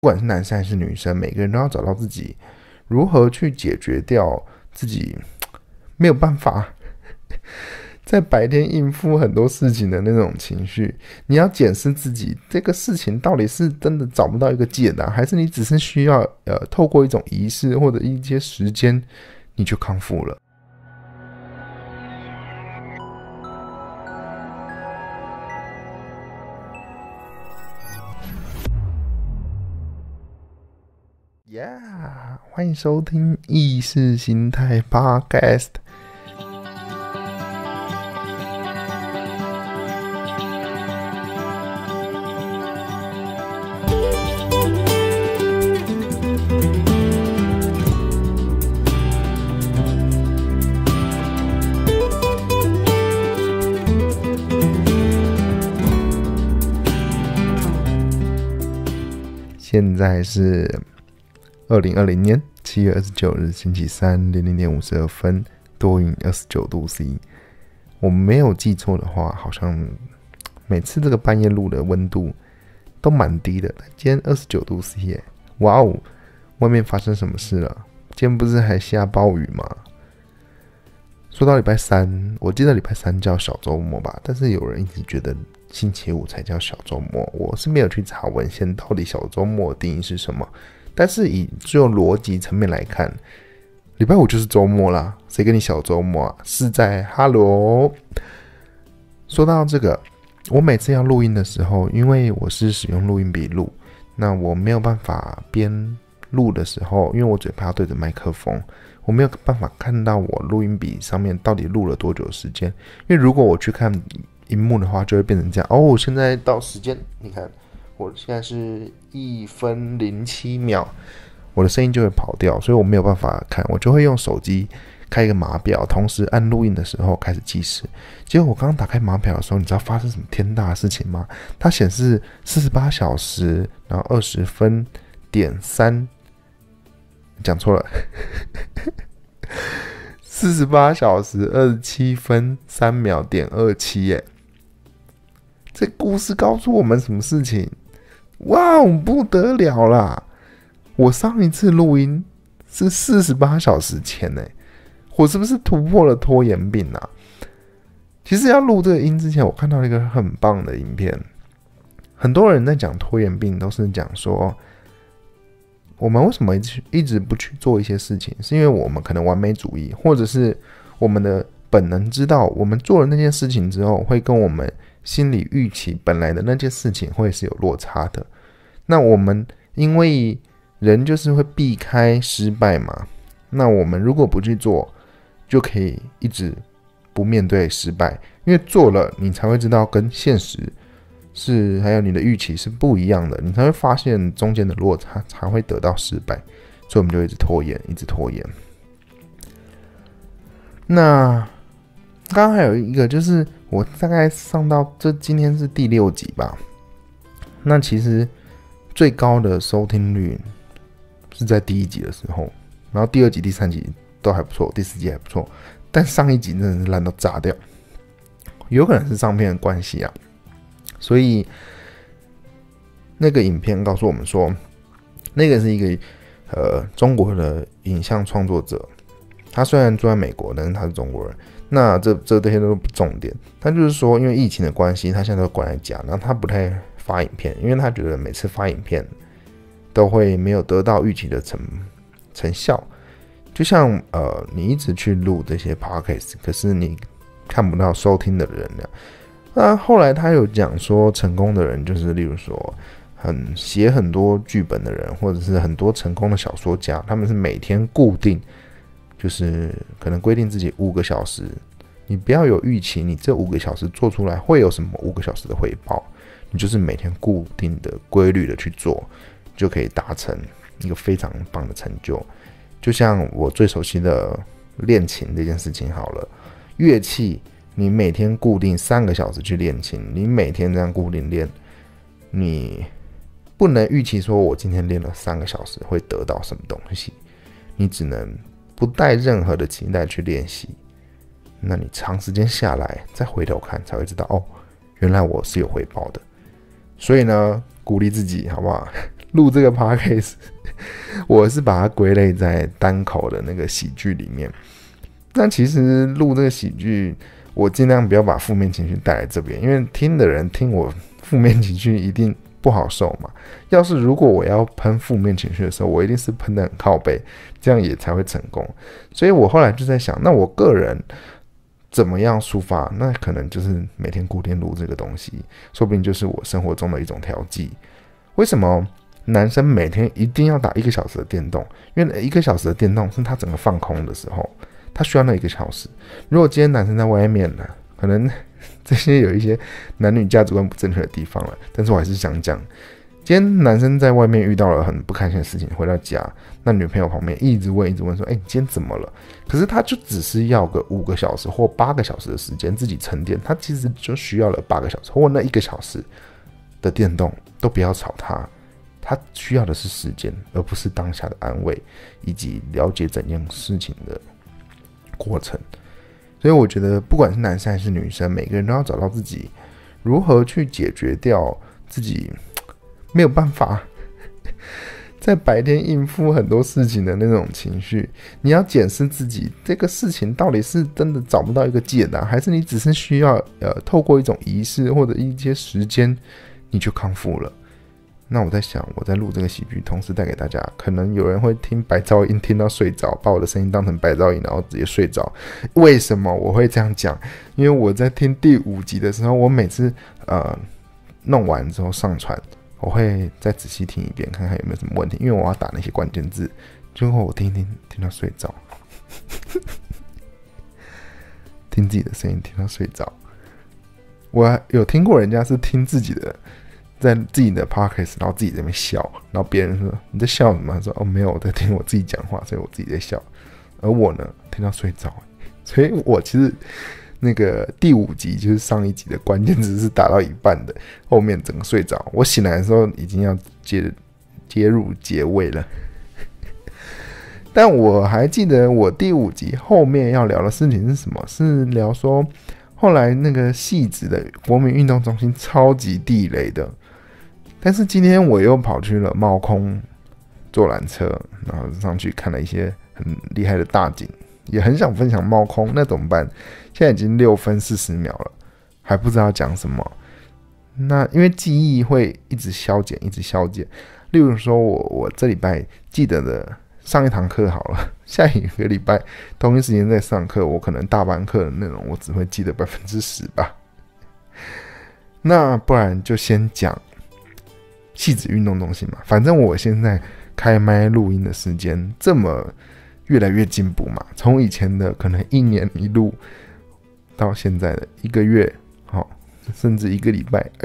管是男生还是女生，每个人都要找到自己如何去解决掉自己没有办法在白天应付很多事情的那种情绪。你要检视自己这个事情到底是真的找不到一个解答，还是你只是需要透过一种仪式或者一些时间你就康复了。欢迎收听意识形态 Podcast。现在是2020年7月29日星期三00点52分，多云29度 C。 我没有记错的话，好像每次这个半夜录的温度都蛮低的，今天29度 C 耶！哇哦，外面发生什么事了？今天不是还下暴雨吗？说到礼拜三，我记得礼拜三叫小周末吧，但是有人一直觉得星期五才叫小周末。我是没有去查文献到底小周末的定义是什么，但是以就逻辑层面来看，礼拜五就是周末啦，谁跟你小周末啊？是在Hello。说到这个，我每次要录音的时候，因为我是使用录音笔录，那我没有办法边录的时候，因为我嘴巴要对着麦克风，我没有办法看到我录音笔上面到底录了多久时间。因为如果我去看荧幕的话，就会变成这样哦。现在到时间，你看我现在是1分07秒，我的声音就会跑掉，所以我没有办法看，我就会用手机开一个码表，同时按录音的时候开始计时。结果我刚刚打开码表的时候，你知道发生什么天大的事情吗？它显示48小时，然后20分点3，讲错了48小时27分3秒点27耶！这故事告诉我们什么事情？哇，不得了啦！我上一次录音是48小时前耶，我是不是突破了拖延病啊？其实要录这个音之前，我看到了一个很棒的影片。很多人在讲拖延病，都是讲说我们为什么一直不去做一些事情，是因为我们可能完美主义，或者是我们的本能知道我们做了那件事情之后，会跟我们心理预期本来的那件事情会是有落差的。那我们因为人就是会避开失败嘛，那我们如果不去做，就可以一直不面对失败，因为做了你才会知道跟现实是还有你的预期是不一样的，你才会发现中间的落差，才会得到失败。所以我们就一直拖延，一直拖延。那刚刚还有一个，就是我大概上到今天是第6集吧。那其实最高的收听率是在第1集的时候，然后第2集、第3集都还不错，第4集还不错，但上一集真的是烂到炸掉，有可能是上片的关系啊。所以那个影片告诉我们说，那个是一个中国的影像创作者，他虽然住在美国，但是他是中国人。那这些都不重点，他就是说因为疫情的关系，他现在都关在家，然后他不太发影片，因为他觉得每次发影片都会没有得到预期的成效。就像你一直去录这些 podcast， 可是你看不到收听的人呢。那后来他有讲说，成功的人就是例如说写很多剧本的人，或者是很多成功的小说家，他们是每天固定，就是可能规定自己5个小时，你不要有预期你这5个小时做出来会有什么5个小时的回报，你就是每天固定的规律的去做，就可以达成一个非常棒的成就。就像我最熟悉的练琴这件事情好了，乐器你每天固定3个小时去练琴，你每天这样固定练，你不能预期说我今天练了3个小时会得到什么东西，你只能不带任何的期待去练习。那你长时间下来再回头看，才会知道哦，原来我是有回报的。所以呢，鼓励自己好不好？ 录这个 podcast， 我是把它归类在单口的那个喜剧里面。那其实录这个喜剧，我尽量不要把负面情绪带来这边，因为听的人听我负面情绪一定不好受嘛。要是如果我要喷负面情绪的时候，我一定是喷得很靠北，这样也才会成功。所以我后来就在想，那我个人怎么样抒发？那可能就是每天固定录这个东西，说不定就是我生活中的一种调剂。为什么男生每天一定要打1个小时的电动？因为1个小时的电动是他整个放空的时候，他需要那1个小时。如果今天男生在外面呢，可能这些有一些男女价值观不正确的地方了，但是我还是想讲，今天男生在外面遇到了很不开心的事情，回到家，那女朋友旁边一直问说，你今天怎么了？可是他就只是要个5个小时或8个小时的时间自己沉淀，他其实就需要了8个小时或那1个小时的电动，都不要吵他。他需要的是时间，而不是当下的安慰，以及了解整件事情的过程。所以我觉得，不管是男生还是女生，每个人都要找到自己如何去解决掉自己没有办法在白天应付很多事情的那种情绪。你要检视自己这个事情到底是真的找不到一个解答，还是你只是需要透过一种仪式或者一些时间你就康复了。那我在想，我在录这个喜剧，同时带给大家，可能有人会听白噪音听到睡着，把我的声音当成白噪音，然后直接睡着。为什么我会这样讲？因为我在听第5集的时候，我每次弄完之后上传，我会再仔细听一遍，看看有没有什么问题，因为我要打那些关键字，结果我听到睡着，听自己的声音听到睡着。我有听过人家是听自己的。在自己的 podcast， 然后自己在那边笑，然后别人说你在笑什么？他说没有，我在听我自己讲话，所以我自己在笑。而我呢，听到睡着，所以我其实那个第5集就是上一集的关键字是打到一半的，后面整个睡着。我醒来的时候已经要接入结尾了，但我还记得我第5集后面要聊的事情是什么？是聊说后来那个汐止的国民运动中心超级地雷的。但是今天我又跑去了猫空坐缆车，然后上去看了一些很厉害的大景，也很想分享猫空，那怎么办？现在已经6分40秒了，还不知道讲什么。那因为记忆会一直消减，一直消减。例如说我这礼拜记得的上一堂课好了，下一个礼拜同一时间在上课，我可能大班课的内容我只会记得10%吧。那不然就先讲汐止运动中心嘛，反正我现在开麦录音的时间这么越来越进步嘛，从以前的可能1年1录到现在的1个月，甚至1个礼拜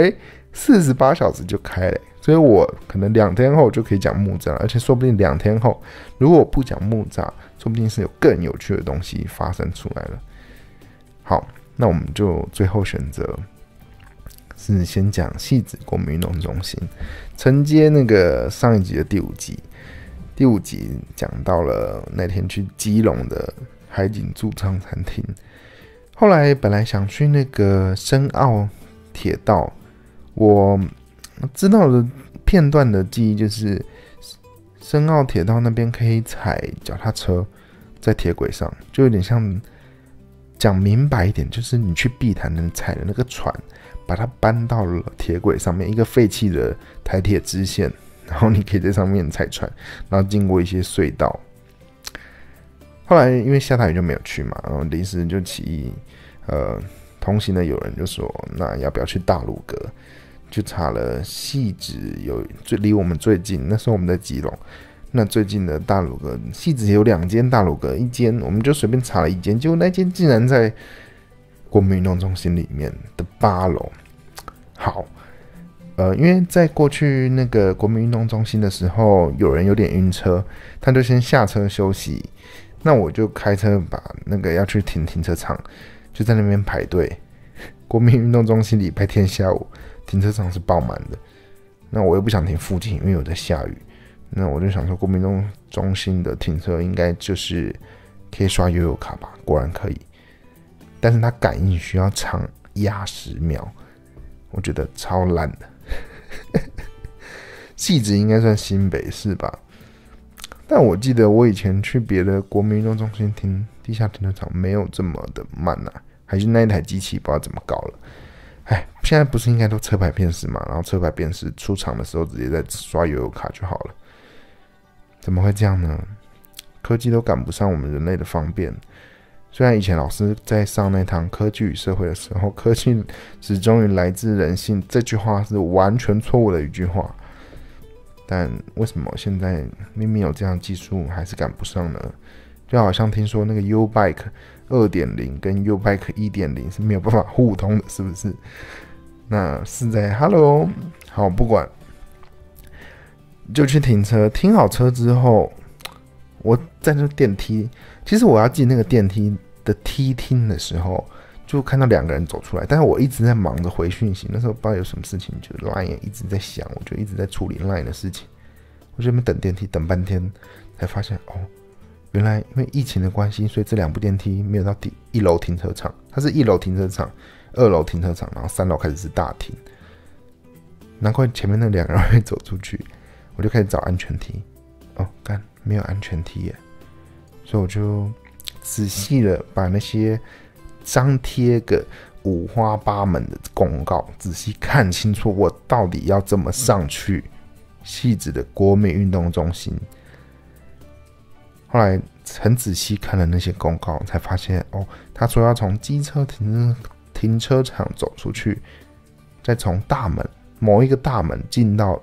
，48小时就开了，所以我可能2天后就可以讲木栅，而且说不定2天后，如果我不讲木栅，说不定是有更有趣的东西发生出来了。好，那我们就最后选择是先讲汐止国民运动中心，承接那个上一集的第5集。第5集讲到了那天去基隆的海景驻唱餐厅，后来本来想去那个深澳铁道，我知道的片段的记忆就是深澳铁道那边可以踩脚踏车在铁轨上，就有点像讲明白一点，就是你去碧潭能踩的那个船，把它搬到了铁轨上面，一个废弃的台铁支线，然后你可以在上面踩船，然后经过一些隧道。后来因为下大雨就没有去嘛，然后临时就起义，同行的有人就说，那要不要去大鲁阁？就查了汐止有离我们最近，那时候我们在基隆，那最近的大鲁阁，汐止有2间大鲁阁，一间我们就随便查了1间，结果那间竟然在国民运动中心里面的8楼。好，因为在过去那个国民运动中心的时候，有人有点晕车，他就先下车休息。那我就开车把那个要去停车场，就在那边排队。国民运动中心礼拜天下午停车场是爆满的，那我又不想停附近，因为有在下雨。那我就想说，国民运动中心的停车应该就是可以刷悠游卡吧？果然可以，但是它感应需要长压10秒，我觉得超烂的。 汐止应该算新北市吧。但我记得我以前去别的国民运动中心停地下停车场没有这么的慢啊，还是那一台机器不知道怎么搞了。现在不是应该都车牌辨识嘛？然后车牌辨识出厂的时候直接再刷悠游卡就好了，怎么会这样呢？科技都赶不上我们人类的方便。虽然以前老师在上那堂科技与社会的时候，科技始终于来自人性这句话是完全错误的一句话，但为什么现在明明有这样的技术还是赶不上呢？就好像听说那个 U-Bike 2.0 跟 U-Bike 1.0 是没有办法互通的，是不是？那是在 Hello 好，不管，就去停车，停好车之后，我在那电梯，其实我要进那个电梯的梯厅的时候，就看到2个人走出来，但是我一直在忙着回讯息，那时候不知道有什么事情，就 LINE 也一直在响，我就一直在处理 LINE 的事情，我就在那边等电梯等半天，才发现原来因为疫情的关系，所以这2部电梯没有到1楼停车场，它是1楼停车场、2楼停车场，然后3楼开始是大厅。难怪前面那2个人会走出去，我就开始找安全梯。干，没有安全梯耶，所以我就仔细的把那些张贴个五花八门的公告仔细看清楚，我到底要怎么上去汐止的国美运动中心。后来很仔细看了那些公告，才发现他说要从机车停车场走出去，再从某一个大门进到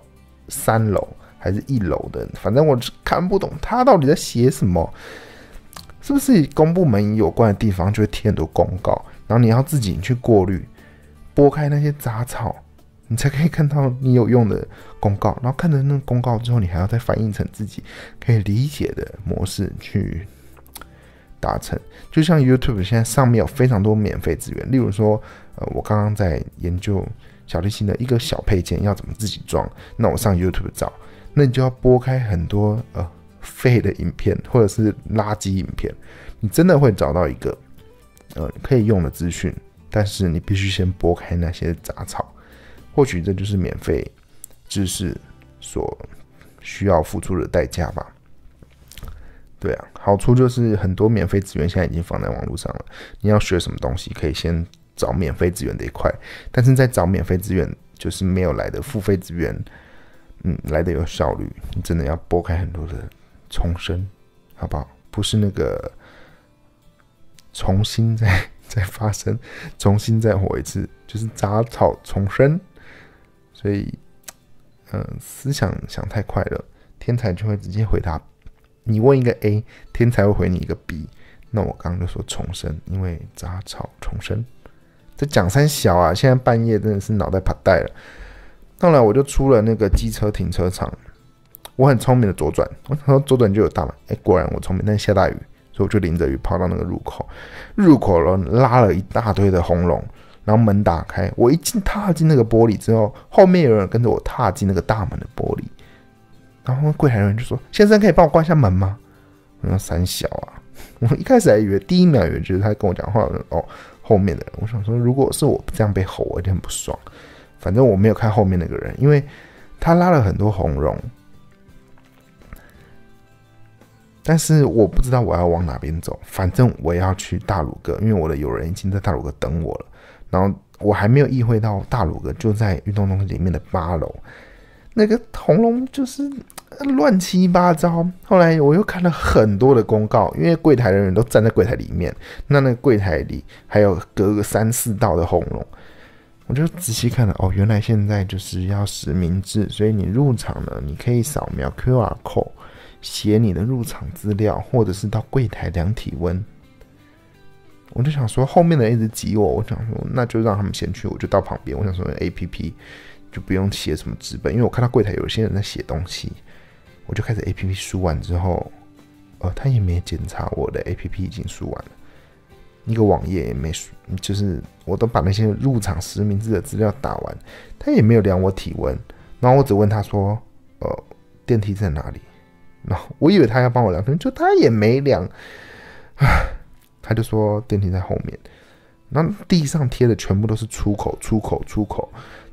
3楼还是1楼的，反正我看不懂他到底在写什么。是不是公部门有关的地方就会贴很多公告，然后你要自己去过滤，拨开那些杂草，你才可以看到你有用的公告，然后看着那个公告之后，你还要再翻译成自己可以理解的模式去达成。就像 YouTube 现在上面有非常多免费资源，例如说我刚刚在研究小提琴的一个小配件要怎么自己装，那我上 YouTube 找，那你就要拨开很多废的影片或者是垃圾影片，你真的会找到一个可以用的资讯，但是你必须先拨开那些杂草。或许这就是免费知识所需要付出的代价吧。对啊，好处就是很多免费资源现在已经放在网络上了，你要学什么东西可以先找免费资源的一块，但是在找免费资源就是没有来的付费资源来的有效率，你真的要拨开很多的重生，好不好？不是那个重新再发生，重新再活一次，就是杂草重生。所以思想想太快了，天才就会直接回答，你问一个 A， 天才会回你一个 B。 那我刚刚就说重生，因为杂草重生。这讲三小啊，现在半夜真的是脑袋怕带了。后来我就出了那个机车停车场，我很聪明的左转，我想说左转就有大门，果然我聪明，但下大雨，所以我就淋着雨跑到那个入口了，拉了一大堆的红龙，然后门打开，我一踏进那个玻璃之后，后面有人跟着我踏进那个大门的玻璃，然后柜台人就说：“先生，可以帮我关一下门吗？”我说：“三小啊！”我一开始还以为第一秒以为就是他跟我讲话后面的人，我想说如果是我这样被吼，我一定很不爽。反正我没有看后面那个人，因为他拉了很多红龙，但是我不知道我要往哪边走。反正我要去大鲁阁，因为我的友人已经在大鲁阁等我了。然后我还没有意会到大鲁阁就在运动中心里面的8楼，那个红龙就是乱七八糟。后来我又看了很多的公告，因为柜台人员都站在柜台里面，那个柜台里还有隔个3、4道的红龙。我就仔细看了，原来现在就是要实名制，所以你入场呢，你可以扫描 QR code， 写你的入场资料，或者是到柜台量体温。我就想说，后面的人一直挤我，我想说那就让他们先去，我就到旁边。我想说 APP 就不用写什么纸本，因为我看到柜台有些人在写东西，我就开始 APP 输完之后，他也没检查我的 APP 已经输完了。一个网页也没，就是我都把那些入场实名制的资料打完，他也没有量我体温，然后我只问他说，电梯在哪里？然后我以为他要帮我量体温，就他也没量，他就说电梯在后面，然后地上贴的全部都是出口，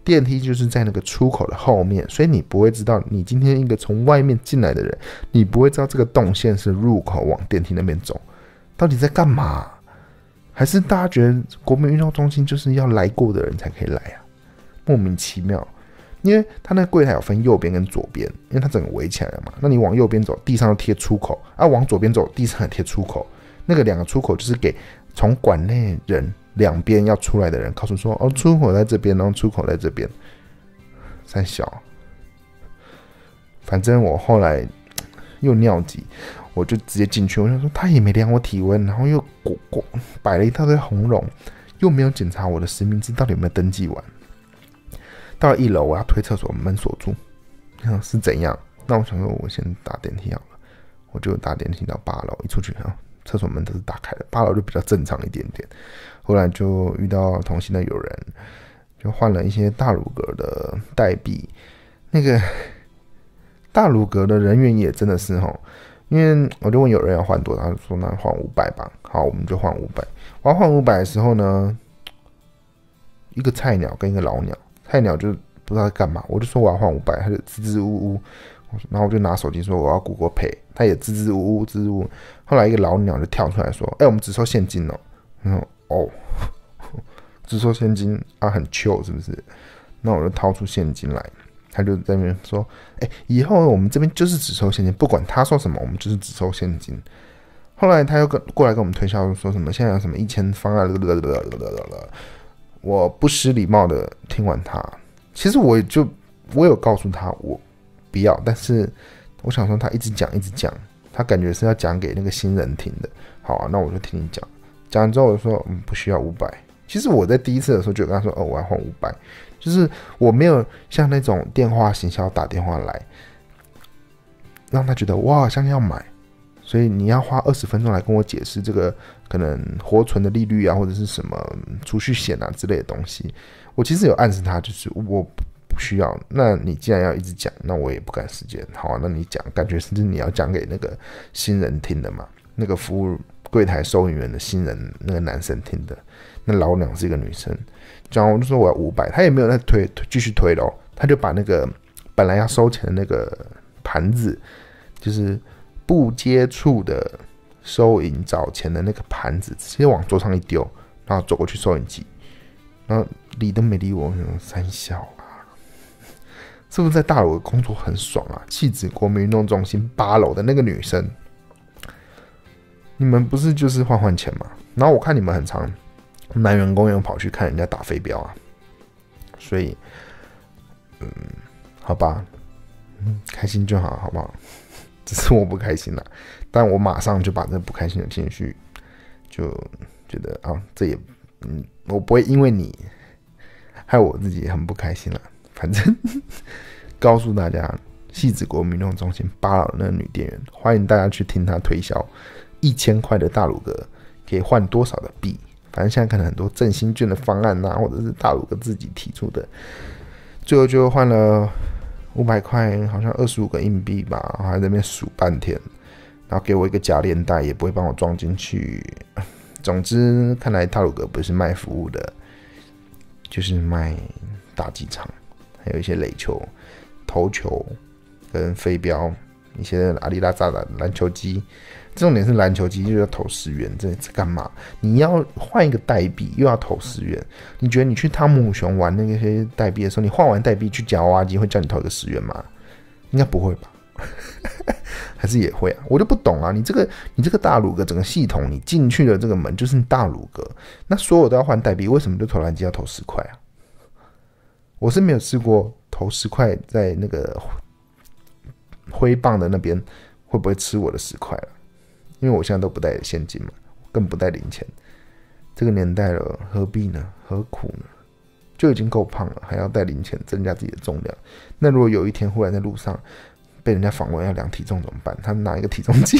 电梯就是在那个出口的后面，所以你不会知道，你今天一个从外面进来的人，你不会知道这个动线是入口往电梯那边走，到底在干嘛？还是大家觉得国民运动中心就是要来过的人才可以来啊？莫名其妙。因为它那个柜台有分右边跟左边，因为它整个围起来了嘛。那你往右边走，地上就贴出口；往左边走，地上也贴出口。那个2个出口就是给从馆内人两边要出来的人，告诉说出口在这边，然后出口在这边。三小，反正我后来又尿急，我就直接进去。我想说他也没量我体温，然后又摆了一大堆红龙，又没有检查我的实名制到底有没有登记完。到了1楼，我要推厕所，门锁住，是怎样？那我想说，我先打电梯好了，我就打电梯到8楼，一出去厕所门都是打开的，8楼就比较正常一点点。后来就遇到同行的友人，就换了一些大鲁阁的代币。那个大鲁阁的人员也真的是因为我就问有人要换多少，他就说那换500吧。好，我们就换500。我要换500的时候呢，一个菜鸟跟一个老鸟。菜鸟就不知道在干嘛，我就说我要换500，他就支支吾吾，然后我就拿手机说我要 Google Pay， 他也支支吾吾支支吾吾。后来一个老鸟就跳出来说：“我们只收现金哦。”然后只收现金啊，很 chill 是不是？那我就掏出现金来，他就在那边说：“以后我们这边就是只收现金，不管他说什么，我们就是只收现金。”后来他又过来跟我们推销说什么现在有什么1000方案，我不失礼貌的听完他，其实我有告诉他我不要，但是我想说他一直讲，他感觉是要讲给那个新人听的。好啊，那我就听你讲。讲完之后我就说不需要500。其实我在第一次的时候就跟他说我要换500，就是我没有像那种电话行销打电话来，让他觉得我好像要买。所以你要花20分钟来跟我解释这个可能活存的利率啊，或者是什么储蓄险啊之类的东西。我其实有暗示他，就是我不需要。那你既然要一直讲，那我也不赶时间。好啊，那你讲，感觉是你要讲给那个新人听的嘛？那个服务柜台收银员的新人，那个男生听的。那老娘是一个女生，讲完我就说我要500，他也没有再继续推咯，他就把那个本来要收钱的那个盘子，就是不接触的收银找钱的那个盘子直接往桌上一丢，然后走过去收银机，然后理都没理我，三小啊，是不是在大楼的工作很爽啊？汐止国民运动中心8楼的那个女生，你们不是就是换钱吗？然后我看你们很常南园公园跑去看人家打飞镖啊，所以好吧，开心就好，好不好？只是我不开心啦，但我马上就把这不开心的情绪就觉得这也我不会因为你害我自己很不开心啦。反正告诉大家，汐止国民运动中心8楼的那个女店员，欢迎大家去听她推销1000块的大鲁阁可以换多少的币。反正现在可能很多振兴券的方案啊，或者是大鲁阁自己提出的，最后就换了500块，好像25个硬币吧，然后还在那边数半天，然后给我一个假链带，也不会帮我装进去。总之，看来大鲁阁不是卖服务的，就是卖打击场，还有一些垒球、投球跟飞镖，一些阿里拉扎的篮球机。重点是篮球机就要投10元，这干嘛？你要换一个代币又要投10元，你觉得你去汤姆熊玩那些代币的时候，你换完代币去夹娃娃机会叫你投一个10元吗？应该不会吧？还是也会啊？我就不懂啊！你这个大鲁阁整个系统，你进去的这个门就是大鲁阁，那所有都要换代币，为什么就投篮机要投10块啊？我是没有试过投10块在那个挥棒的那边会不会吃我的10块了？因为我现在都不带现金嘛，更不带零钱。这个年代了，何必呢？何苦呢？就已经够胖了，还要带零钱增加自己的重量。那如果有一天忽然在路上被人家访问要量体重怎么办？他拿一个体重机，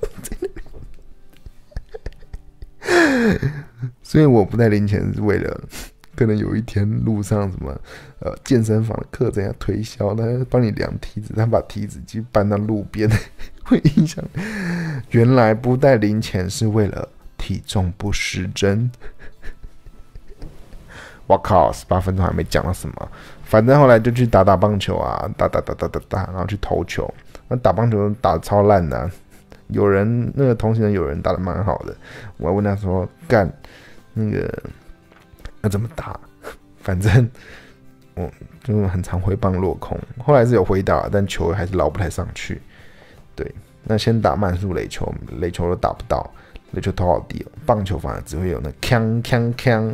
所以我不带零钱是为了，可能有一天路上什么健身房的课程要推销，他帮你量体脂，他把体脂机搬到路边，会影响。原来不带零钱是为了体重不失真。 我靠，18分钟还没讲到什么，反正后来就去打棒球啊，打，然后去投球。那打棒球打得超烂的有人那个同行的有人打得蛮好的，我还问他说干那个要怎么打，反正我就很常挥棒落空，后来是有挥到，但球还是捞不太上去。对，那先打慢速垒球，垒球都打不到，垒球投好低棒球反而只会有那锵锵锵，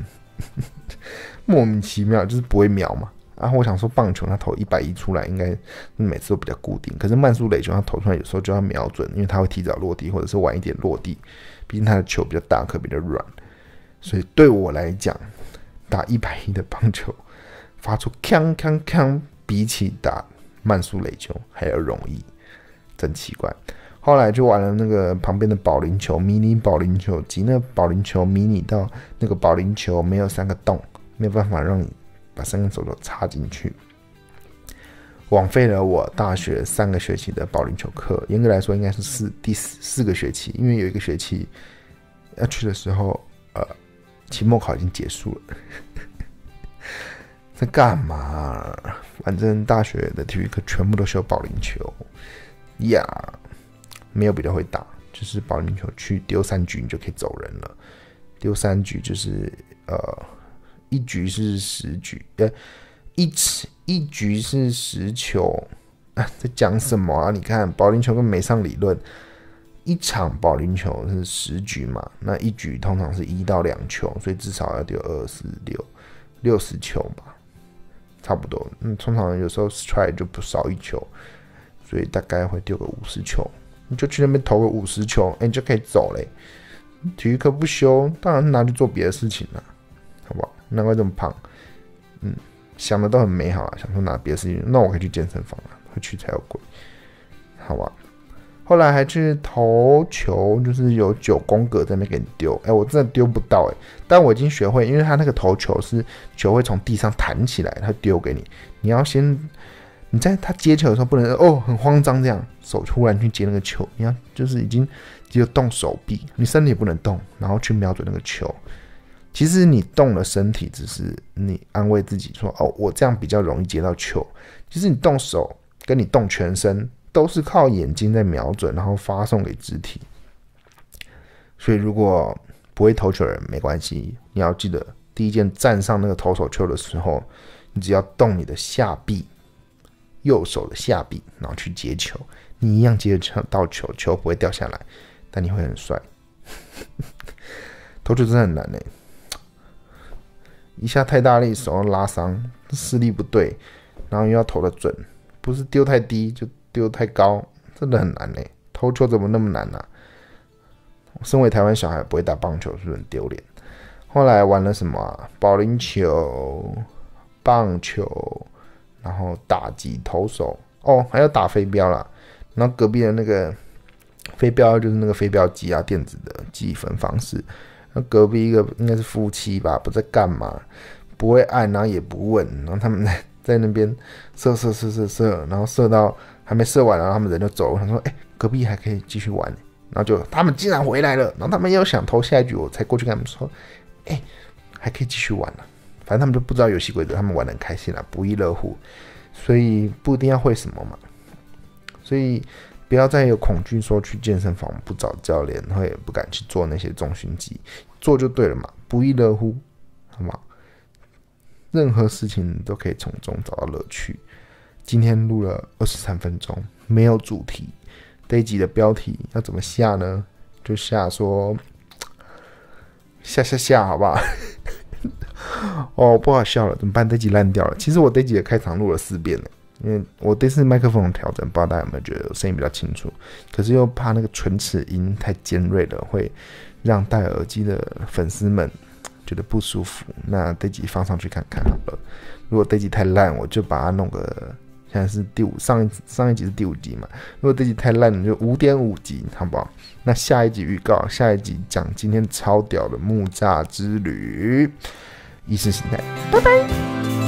莫名其妙，就是不会瞄嘛。然后我想说棒球它投110出来应该每次都比较固定，可是慢速垒球它投出来有时候就要瞄准，因为它会提早落地或者是晚一点落地，毕竟它的球比较大颗比较软，所以对我来讲打110的棒球发出锵锵锵比起打慢速垒球还要容易，真奇怪。后来就玩了那个旁边的保龄球，迷你保龄球机，那个保龄球迷你到那个保龄球没有3个洞，没有办法让你把3根手肘插进去，枉费了我大学3个学期的保龄球课。严格来说应该是第4个学期，因为有一个学期要去的时候，期末考已经结束了。在干嘛？反正大学的体育课全部都修保龄球呀，没有比较会打，就是保龄球去丢3局你就可以走人了。丢3局就是1局是10局，一局是10球啊，在讲什么啊？你看保龄球跟没上理论，一场保龄球是10局嘛，那1局通常是1到2球，所以至少要丢60球吧，差不多。通常有时候 strike 就不少1球，所以大概会丢个50球，你就去那边投个50球，你就可以走嘞。体育课不修，当然拿去做别的事情了，好不好？难怪这么胖，想的都很美好啊，想说拿别的事情，那我可以去健身房啊，会去才有鬼，好吧？后来还去投球，就是有9宫格在那边给你丢，我真的丢不到但我已经学会，因为他那个投球是球会从地上弹起来，他丢给你，你要先你在他接球的时候不能很慌张这样手突然去接那个球，你要就是已经只有动手臂，你身体不能动，然后去瞄准那个球。其实你动了身体，只是你安慰自己说我这样比较容易接到球。其实你动手跟你动全身都是靠眼睛在瞄准，然后发送给肢体。所以如果不会投球的人没关系，你要记得第一件站上那个投手球的时候，你只要动你的下臂，右手的下臂，然后去接球，你一样接得到球，球不会掉下来，但你会很帅。投球真的很难一下太大力手要拉伤，视力不对，然后又要投得准，不是丢太低就丢太高，真的很难投球怎么那么难啊？身为台湾小孩不会打棒球是不是很丢脸？后来玩了什么保龄球、棒球，然后打击投手，还要打飞镖啦。然后隔壁的那个飞镖就是那个飞镖机啊，电子的计分方式。那隔壁一个应该是夫妻吧，不知道干嘛，不会按，然后也不问，然后他们在那边射，然后射到还没射完，然后他们人就走了。他说：“隔壁还可以继续玩。”然后就他们竟然回来了，然后他们又想投下一局，我才过去跟他们说：“还可以继续玩了。”反正他们就不知道游戏规则，他们玩得很开心啦，不亦乐乎。所以不一定要会什么嘛，所以不要再有恐惧说去健身房不找教练，会不敢去做那些重训机，做就对了嘛，不亦乐乎，好吗？任何事情都可以从中找到乐趣。今天录了23分钟，没有主题，这一集的标题要怎么下呢？就下说下好不好？不好笑了，怎么办？这集烂掉了。其实我这集的开场录了4遍了，因为我这次麦克风的调整，不知道大家有没有觉得声音比较清楚，可是又怕那个唇齿音太尖锐了，会让戴耳机的粉丝们觉得不舒服。那这集放上去看看好了。如果这集太烂，我就把它弄个，现在是第5，上一集是第5集嘛。如果这集太烂，你就5.5集，好不好？那下一集预告，下一集讲今天超屌的木栅之旅，意识形态，拜拜。